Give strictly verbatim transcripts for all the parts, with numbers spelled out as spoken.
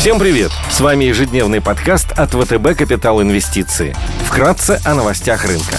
Всем привет! С вами ежедневный подкаст от вэ тэ бэ «Капитал Инвестиции». Вкратце о новостях рынка.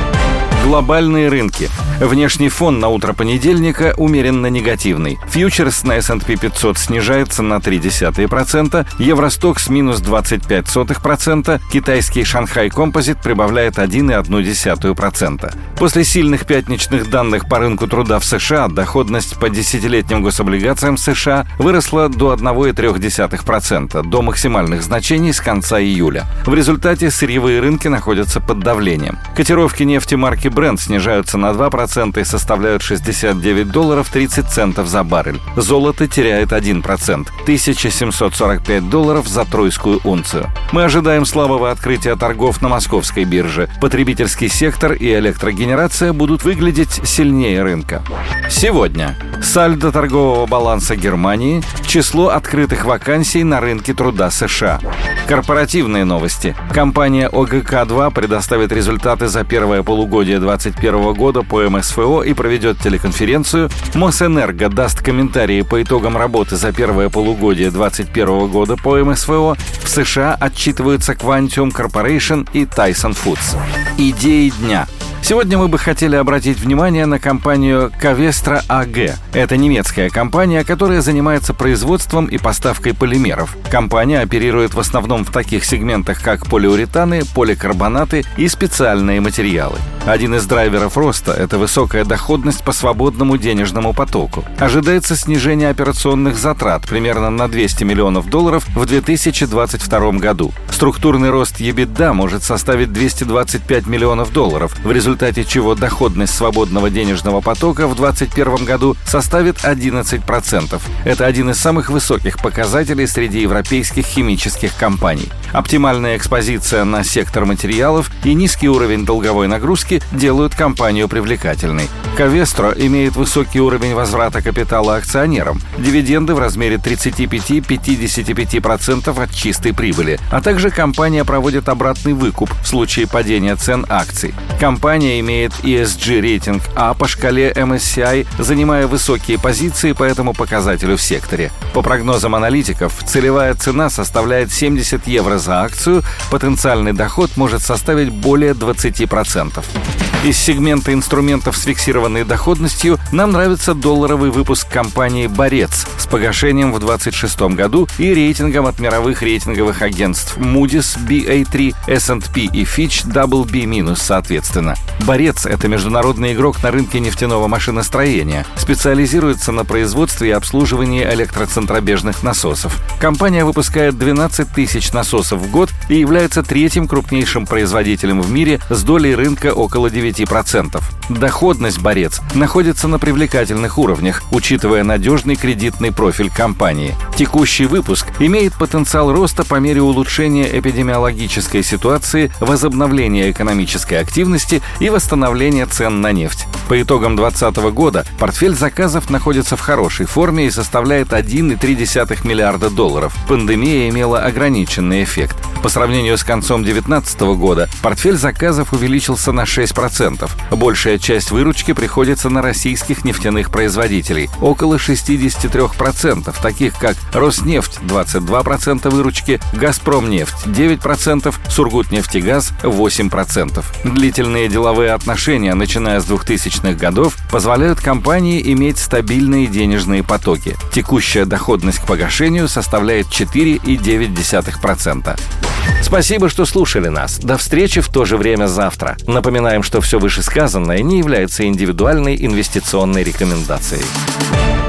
Глобальные рынки. Внешний фон на утро понедельника умеренно негативный. Фьючерс на эс энд пи пятьсот снижается на ноль целых три десятых процента, Евростокс минус двадцать пять сотых процента, китайский Шанхай Композит прибавляет один целых одна десятая процента. После сильных пятничных данных по рынку труда в США доходность по десятилетним гособлигациям США выросла до одна целых три десятых процента, до максимальных значений с конца июля. В результате сырьевые рынки находятся под давлением. Котировки нефти марки Brent снижаются на два процента и составляют шестьдесят девять долларов тридцать центов за баррель. Золото теряет один процент – тысяча семьсот сорок пять долларов за тройскую унцию. Мы ожидаем слабого открытия торгов на московской бирже. Потребительский сектор и электрогенерация будут выглядеть сильнее рынка. Сегодня. Сальдо торгового баланса Германии, число открытых вакансий на рынке труда США. Корпоративные новости. Компания о гэ ка два предоставит результаты за первое полугодие двадцать первого года по эм эс эф о и проведет телеконференцию. Мосэнерго даст комментарии по итогам работы за первое полугодие двадцать первого года по эм эс эф о. В США отчитываются Quantium Corporation и Tyson Foods. Идеи дня. Сегодня мы бы хотели обратить внимание на компанию Covestro эй джи. Это немецкая компания, которая занимается производством и поставкой полимеров. Компания оперирует в основном в таких сегментах, как полиуретаны, поликарбонаты и специальные материалы. Один из драйверов роста – это высокая доходность по свободному денежному потоку. Ожидается снижение операционных затрат примерно на двести миллионов долларов в две тысячи двадцать втором году. Структурный рост EBITDA может составить двести двадцать пять миллионов долларов, в результате В результате чего доходность свободного денежного потока в две тысячи двадцать первом году составит одиннадцать процентов. Это один из самых высоких показателей среди европейских химических компаний. Оптимальная экспозиция на сектор материалов и низкий уровень долговой нагрузки делают компанию привлекательной. Covestro имеет высокий уровень возврата капитала акционерам, дивиденды в размере тридцать пять - пятьдесят пять процентов от чистой прибыли, а также компания проводит обратный выкуп в случае падения цен акций. Компания имеет и эс джи рейтинг А по шкале эм эс си ай, занимая высокие позиции по этому показателю в секторе. По прогнозам аналитиков, целевая цена составляет семьдесят евро за акцию, потенциальный доход может составить более двадцать процентов. Из сегмента инструментов с фиксированной доходностью нам нравится долларовый выпуск компании «Борец» с погашением в двадцать шестом году и рейтингом от мировых рейтинговых агентств Moody's би эй три, эс энд пи и Fitch дабл би минус соответственно. «Борец» — это международный игрок на рынке нефтяного машиностроения, специализируется на производстве и обслуживании электроцентробежных насосов. Компания выпускает двенадцать тысяч насосов в год и является третьим крупнейшим производителем в мире с долей рынка около девяти процентов. Доходность «Борец» находится на привлекательных уровнях, учитывая надежный кредитный профиль компании. Текущий выпуск имеет потенциал роста по мере улучшения эпидемиологической ситуации, возобновления экономической активности и восстановления цен на нефть. По итогам две тысячи двадцатого года портфель заказов находится в хорошей форме и составляет один целых три десятых миллиарда долларов. Пандемия имела ограниченный эффект. По сравнению с концом две тысячи девятнадцатого года портфель заказов увеличился на шесть процентов. Большая часть выручки приходится на российских нефтяных производителей – около шестьдесят три процента, таких как Роснефть – двадцать два процента выручки, Газпромнефть – девять процентов, Сургутнефтегаз – восемь процентов. Длительные деловые отношения, начиная с двухтысячных годов, позволяют компании иметь стабильные денежные потоки. Текущая доходность к погашению составляет четыре целых девять десятых процента. Спасибо, что слушали нас. До встречи в то же время завтра. Напоминаем, что все вышесказанное не является индивидуальной инвестиционной рекомендацией.